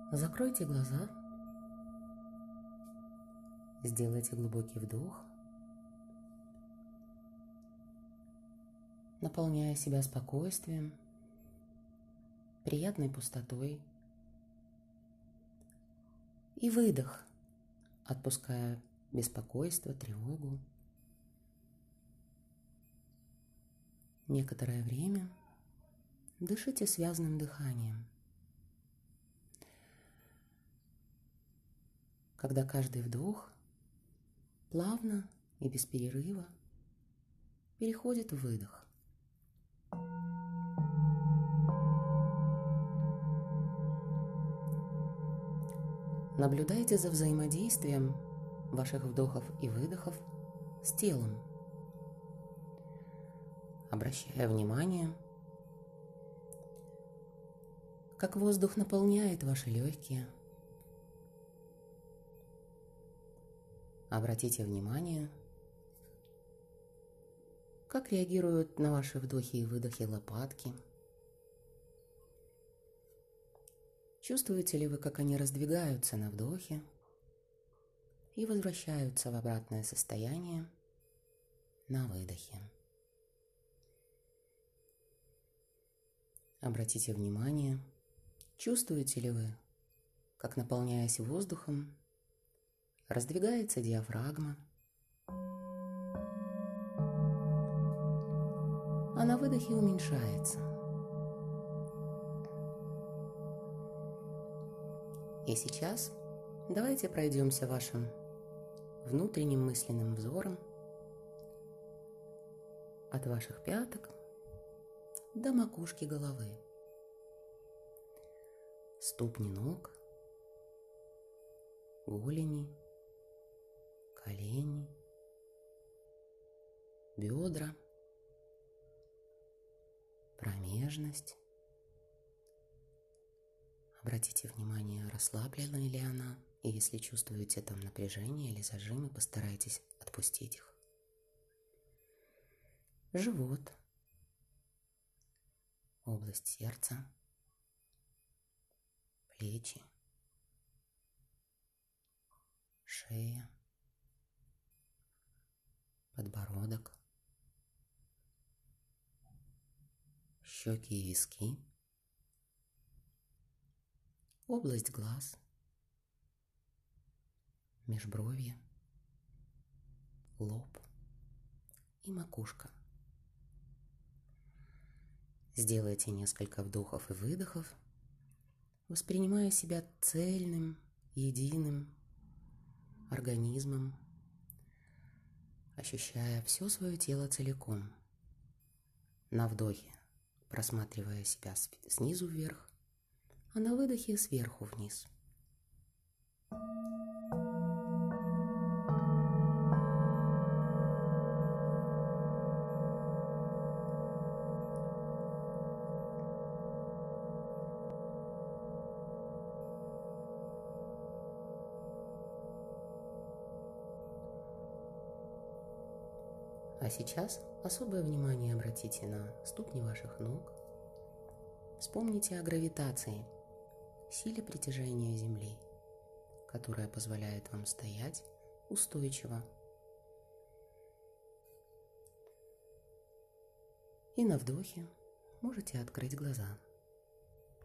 Закройте глаза, сделайте глубокий вдох, наполняя себя спокойствием, приятной пустотой, и выдох, отпуская беспокойство, тревогу. Некоторое время дышите связанным дыханием, когда каждый вдох плавно и без перерыва переходит в выдох. Наблюдайте за взаимодействием ваших вдохов и выдохов с телом, обращая внимание, как воздух наполняет ваши легкие. Обратите внимание, как реагируют на ваши вдохи и выдохи лопатки. Чувствуете ли вы, как они раздвигаются на вдохе и возвращаются в обратное состояние на выдохе? Обратите внимание, чувствуете ли вы, как, наполняясь воздухом, раздвигается диафрагма, а на выдохе уменьшается. И сейчас давайте пройдемся вашим внутренним мысленным взором от ваших пяток до макушки головы, ступни ног, голени, колени, бедра, промежность. Обратите внимание, расслаблена ли она, и если чувствуете там напряжение или зажимы, постарайтесь отпустить их. Живот, область сердца, плечи, шея, подбородок, щеки и виски, область глаз, межбровье, лоб и макушка. Сделайте несколько вдохов и выдохов, воспринимая себя цельным, единым организмом, ощущая все свое тело целиком. На вдохе просматривая себя снизу вверх, а на выдохе сверху вниз. А сейчас особое внимание обратите на ступни ваших ног. Вспомните о гравитации, силе притяжения Земли, которая позволяет вам стоять устойчиво. И на вдохе можете открыть глаза.